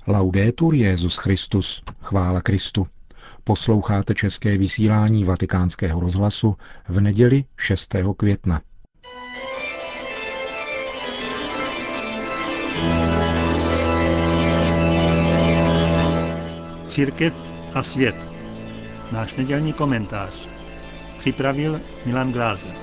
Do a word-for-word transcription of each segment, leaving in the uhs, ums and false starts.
Laudetur Jesus Christus, chvála Kristu. Posloucháte české vysílání Vatikánského rozhlasu v neděli šestého května. Církev a svět. Náš nedělní komentář. Připravil Milan Glázer.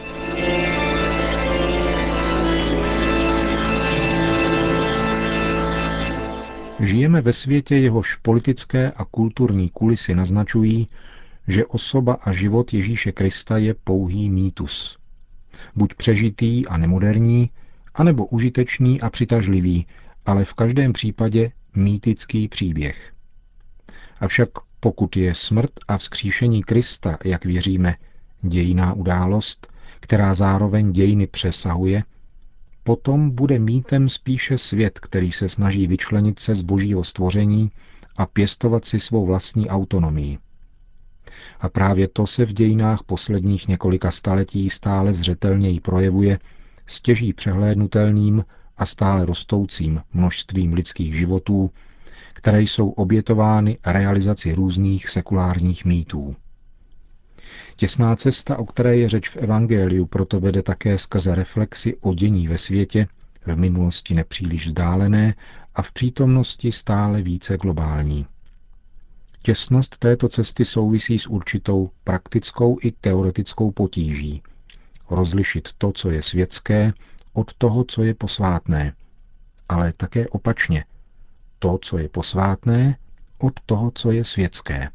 Žijeme ve světě, jehož politické a kulturní kulisy naznačují, že osoba a život Ježíše Krista je pouhý mýtus. Buď přežitý a nemoderní, anebo užitečný a přitažlivý, ale v každém případě mýtický příběh. Avšak pokud je smrt a vzkříšení Krista, jak věříme, dějinná událost, která zároveň dějiny přesahuje, potom bude mýtem spíše svět, který se snaží vyčlenit se z božího stvoření a pěstovat si svou vlastní autonomii. A právě to se v dějinách posledních několika staletí stále zřetelněji projevuje stěží přehlédnutelným a stále rostoucím množstvím lidských životů, které jsou obětovány realizaci různých sekulárních mýtů. Těsná cesta, o které je řeč v Evangeliu, proto vede také skrze reflexi o dění ve světě, v minulosti nepříliš vzdálené a v přítomnosti stále více globální. Těsnost této cesty souvisí s určitou praktickou i teoretickou potíží. Rozlišit to, co je světské, od toho, co je posvátné. Ale také opačně. To, co je posvátné, od toho, co je světské.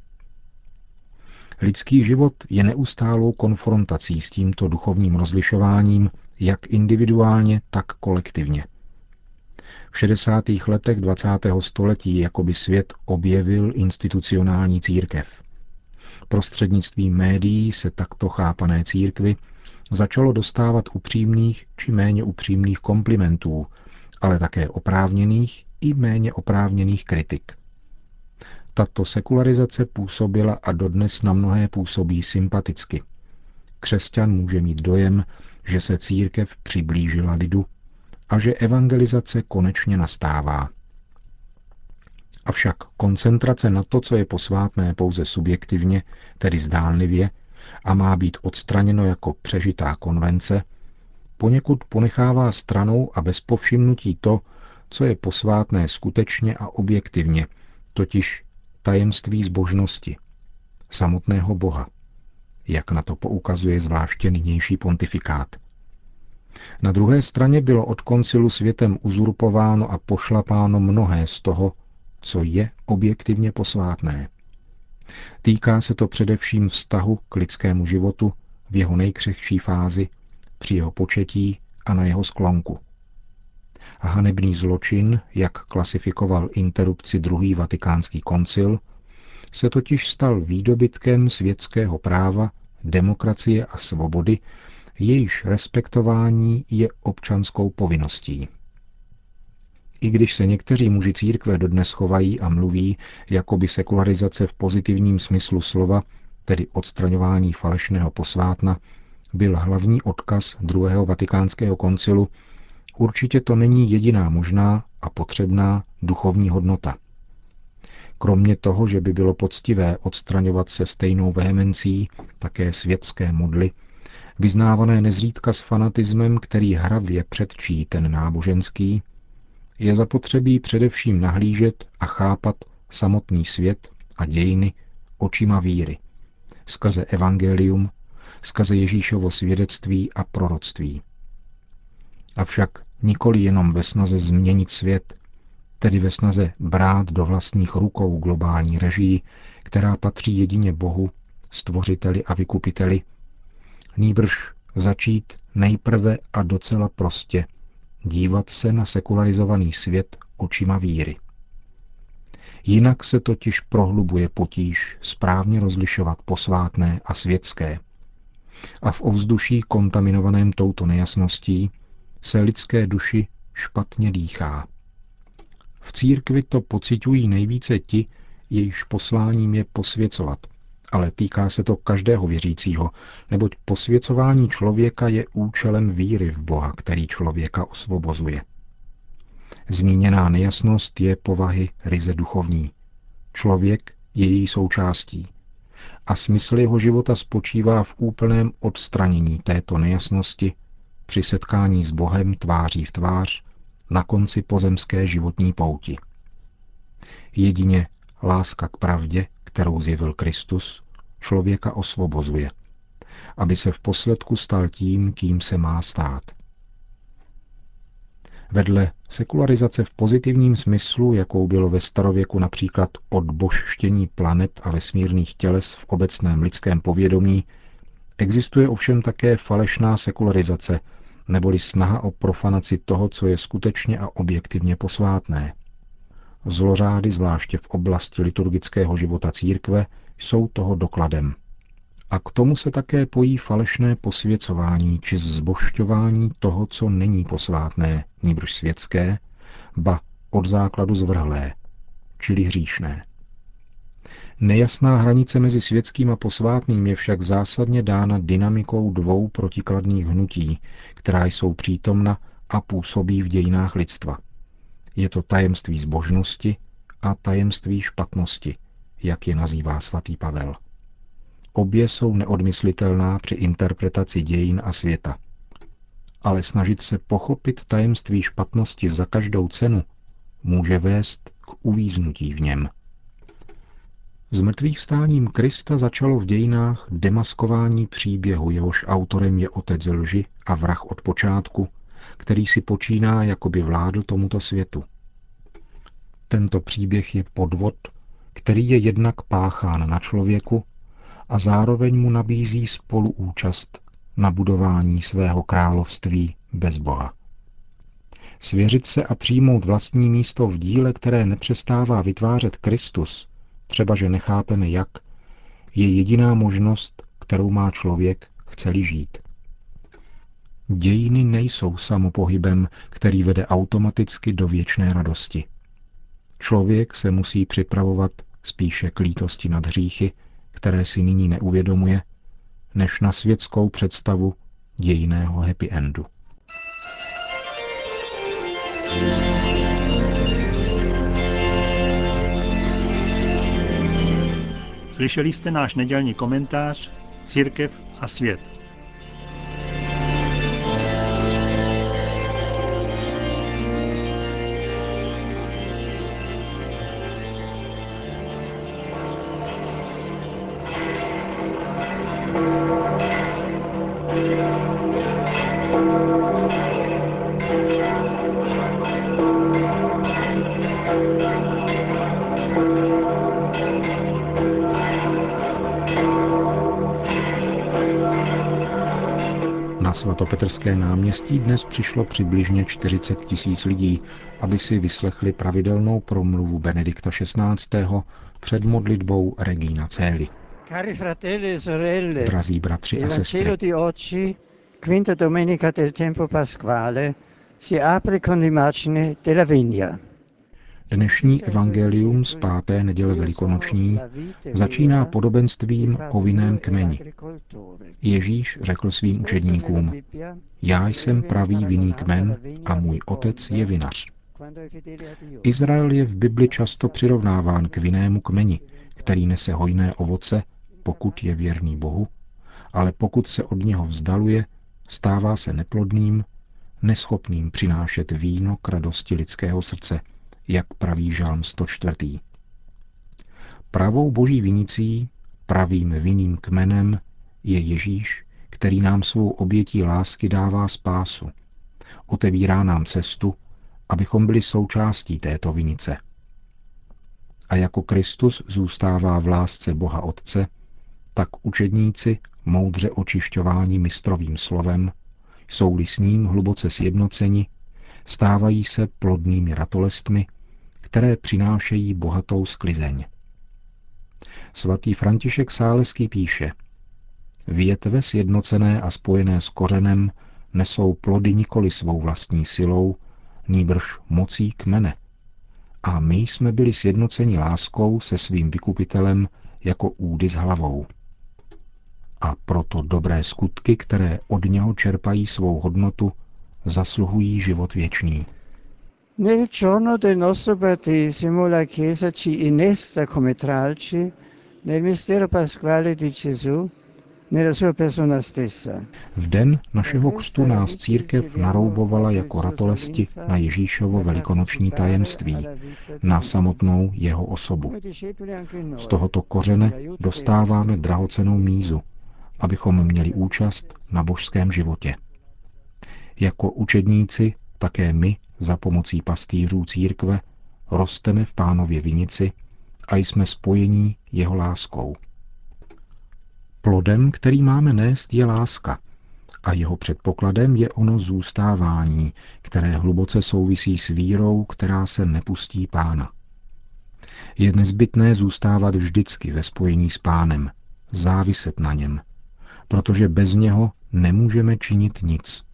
Lidský život je neustálou konfrontací s tímto duchovním rozlišováním, jak individuálně, tak kolektivně. V šedesátých letech dvacátého století jakoby svět objevil institucionální církev. Prostřednictvím médií se takto chápané církvi začalo dostávat upřímných či méně upřímných komplimentů, ale také oprávněných i méně oprávněných kritik. Tato sekularizace působila a dodnes na mnohé působí sympaticky. Křesťan může mít dojem, že se církev přiblížila lidu a že evangelizace konečně nastává. Avšak koncentrace na to, co je posvátné pouze subjektivně, tedy zdánlivě, a má být odstraněno jako přežitá konvence, poněkud ponechává stranou a bez povšimnutí to, co je posvátné skutečně a objektivně, totiž tajemství zbožnosti, samotného Boha, jak na to poukazuje zvláště nynější pontifikát. Na druhé straně bylo od koncilu světem uzurpováno a pošlapáno mnohé z toho, co je objektivně posvátné. Týká se to především vztahu k lidskému životu v jeho nejkřehčí fázi, při jeho početí a na jeho sklonku. A hanebný zločin, jak klasifikoval interrupci druhý vatikánský koncil, se totiž stal výdobytkem světského práva, demokracie a svobody, jejíž respektování je občanskou povinností. I když se někteří muži církve dodnes chovají a mluví, jako by sekularizace v pozitivním smyslu slova, tedy odstraňování falešného posvátna, byl hlavní odkaz druhého vatikánského koncilu, určitě to není jediná možná a potřebná duchovní hodnota. Kromě toho, že by bylo poctivé odstraňovat se stejnou vehemencí také světské modly, vyznávané nezřídka s fanatismem, který hravě předčí ten náboženský, je zapotřebí především nahlížet a chápat samotný svět a dějiny očima víry, skrze evangelium, skrze Ježíšovo svědectví a proroctví. Avšak nikoli jenom ve snaze změnit svět, tedy ve snaze brát do vlastních rukou globální režii, která patří jedině Bohu, stvořiteli a vykupiteli, nýbrž začít nejprve a docela prostě dívat se na sekularizovaný svět očima víry. Jinak se totiž prohlubuje potíž správně rozlišovat posvátné a světské. A v ovzduší kontaminovaném touto nejasností se lidské duši špatně dýchá. V církvi to pociťují nejvíce ti, jejichž posláním je posvěcovat, ale týká se to každého věřícího, neboť posvěcování člověka je účelem víry v Boha, který člověka osvobozuje. Zmíněná nejasnost je povahy ryze duchovní. Člověk je její součástí. A smysl jeho života spočívá v úplném odstranění této nejasnosti při setkání s Bohem tváří v tvář na konci pozemské životní pouti. Jedině láska k pravdě, kterou zjevil Kristus, člověka osvobozuje, aby se v posledku stal tím, kým se má stát. Vedle sekularizace v pozitivním smyslu, jakou bylo ve starověku například odbožštění planet a vesmírných těles v obecném lidském povědomí, existuje ovšem také falešná sekularizace, neboli snaha o profanaci toho, co je skutečně a objektivně posvátné. Zlořády, zvláště v oblasti liturgického života církve, jsou toho dokladem. A k tomu se také pojí falešné posvěcování či zbožťování toho, co není posvátné, nýbrž světské, ba od základu zvrhlé, čili hříšné. Nejasná hranice mezi světským a posvátným je však zásadně dána dynamikou dvou protikladných hnutí, která jsou přítomna a působí v dějinách lidstva. Je to tajemství zbožnosti a tajemství špatnosti, jak je nazývá svatý Pavel. Obě jsou neodmyslitelná při interpretaci dějin a světa. Ale snažit se pochopit tajemství špatnosti za každou cenu může vést k uvíznutí v něm. Zmrtvýchvstáním Krista začalo v dějinách demaskování příběhu, jehož autorem je otec lži a vrah od počátku, který si počíná, jako by vládl tomuto světu. Tento příběh je podvod, který je jednak páchán na člověku a zároveň mu nabízí spoluúčast na budování svého království bez Boha. Svěřit se a přijmout vlastní místo v díle, které nepřestává vytvářet Kristus, třeba že nechápeme jak, je jediná možnost, kterou má člověk, chce-li žít. Dějiny nejsou samopohybem, který vede automaticky do věčné radosti. Člověk se musí připravovat spíše k lítosti nad hříchy, které si nyní neuvědomuje, než na světskou představu dějinného happy endu. Slyšeli jste náš nedělní komentář Církev a svět. Na svatopetrské náměstí dnes přišlo přibližně čtyřicet tisíc lidí, aby si vyslechli pravidelnou promluvu Benedikta šestnáctého před modlitbou Regina Coeli. Cari fratelli e sorelle, Drazí bratři a il sestry, Vangelo di oggi, quinta domenica del tempo pasquale, si apre con l'immagine della vigna. dnešní evangelium z páté neděle velikonoční začíná podobenstvím o vinném kmeni. Ježíš řekl svým učedníkům: Já jsem pravý vinný kmen a můj otec je vinař. Izrael je v Bibli často přirovnáván k vinnému kmeni, který nese hojné ovoce, pokud je věrný Bohu, ale pokud se od něho vzdaluje, stává se neplodným, neschopným přinášet víno k radosti lidského srdce, jak praví žalm sto čtyři. Pravou boží vinicí, pravým vinným kmenem je Ježíš, který nám svou obětí lásky dává spásu. Otevírá nám cestu, abychom byli součástí této vinice. A jako Kristus zůstává v lásce Boha Otce, tak učedníci, moudře očišťováni mistrovým slovem, jsou-li s ním hluboce sjednoceni, stávají se plodnými ratolestmi, které přinášejí bohatou sklizeň. Svatý František Sáleský píše: Větve sjednocené a spojené s kořenem nesou plody nikoli svou vlastní silou, nýbrž mocí kmene. A my jsme byli sjednoceni láskou se svým vykupitelem jako údy s hlavou. A proto dobré skutky, které od něho čerpají svou hodnotu, zasluhují život věčný. Nel giorno del nostro battesimo la Chiesa ci innesta come tralci nel mistero pasquale di Gesù, nella sua persona stessa. V den našeho křtu nás církev naroubovala jako ratolesti na Ježíšovo velikonoční tajemství, na samotnou jeho osobu. Z tohoto kořene dostáváme drahocennou mízu, abychom měli účast na božském životě. Jako učedníci také my za pomocí pastýřů církve rosteme v Pánově vinici a jsme spojení jeho láskou. Plodem, který máme nést, je láska a jeho předpokladem je ono zůstávání, které hluboce souvisí s vírou, která se nepustí Pána. Je nezbytné zůstávat vždycky ve spojení s Pánem, záviset na něm, protože bez něho nemůžeme činit nic.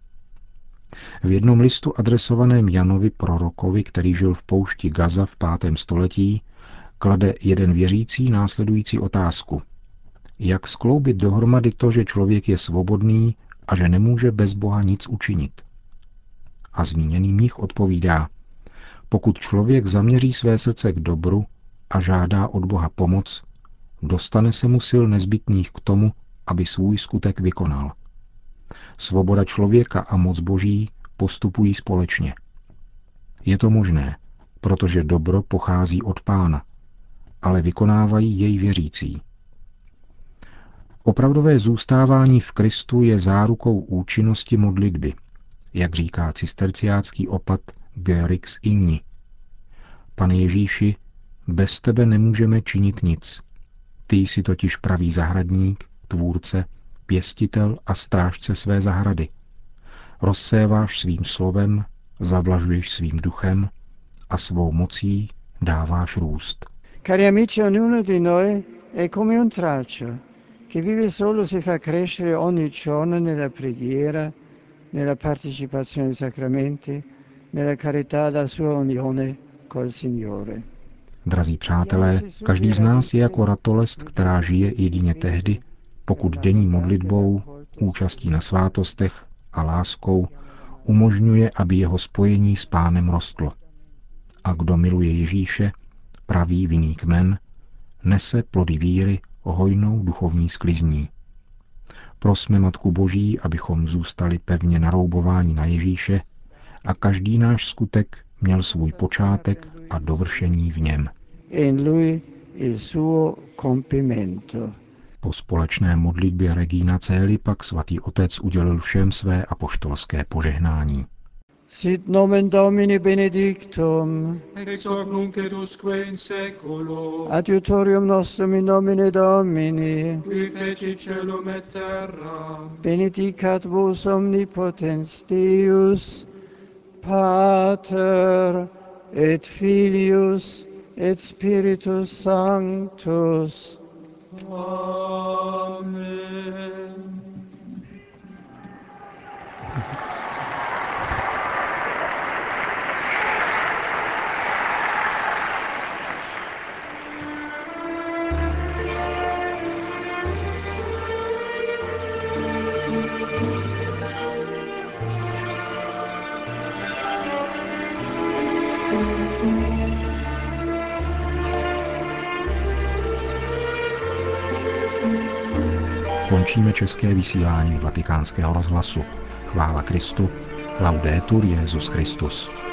V jednom listu adresovaném Janovi prorokovi, který žil v poušti Gaza v pátém století, klade jeden věřící následující otázku. Jak skloubit dohromady to, že člověk je svobodný a že nemůže bez Boha nic učinit? A zmíněný mnich odpovídá, pokud člověk zaměří své srdce k dobru a žádá od Boha pomoc, dostane se mu sil nezbytných k tomu, aby svůj skutek vykonal. Svoboda člověka a moc Boží postupují společně. Je to možné, protože dobro pochází od Pána, ale vykonávají jej věřící. Opravdové zůstávání v Kristu je zárukou účinnosti modlitby, jak říká cisterciácký opat Görix Inni. Pane Ježíši, bez tebe nemůžeme činit nic. Ty jsi totiž pravý zahradník, tvůrce, pěstitel a strážce své zahrady. Rozséváš svým slovem, zavlažuješ svým duchem a svou mocí dáváš růst. Cari amici, ognuno di noi è come un tralcio che vive solo se fa crescere ogni giorno nella preghiera, nella partecipazione ai sacramenti, nella carità, la sua unione col Signore. Drazí přátelé, každý z nás je jako ratolest, která žije jedině tehdy, pokud denní modlitbou, účastí na svátostech a láskou umožňuje, aby jeho spojení s Pánem rostlo. A kdo miluje Ježíše, pravý vinný kmen, nese plody víry hojnou duchovní sklizní. Prosme Matku Boží, abychom zůstali pevně naroubováni na Ježíše a každý náš skutek měl svůj počátek a dovršení v něm. Po společné modlitbě Regina Coeli pak svatý otec udělil všem své apoštolské požehnání. Sit nomen Domini benedictum, ex hoc nunc et usque in seculo, adiutorium nostrum in nomine Domini, qui feci celum et terra, benedicat vos omnipotens Deus, Pater et Filius et Spiritus Sanctus. Amen. Končíme české vysílání Vatikánského rozhlasu. Chvála Kristu. Laudetur Jesus Christus.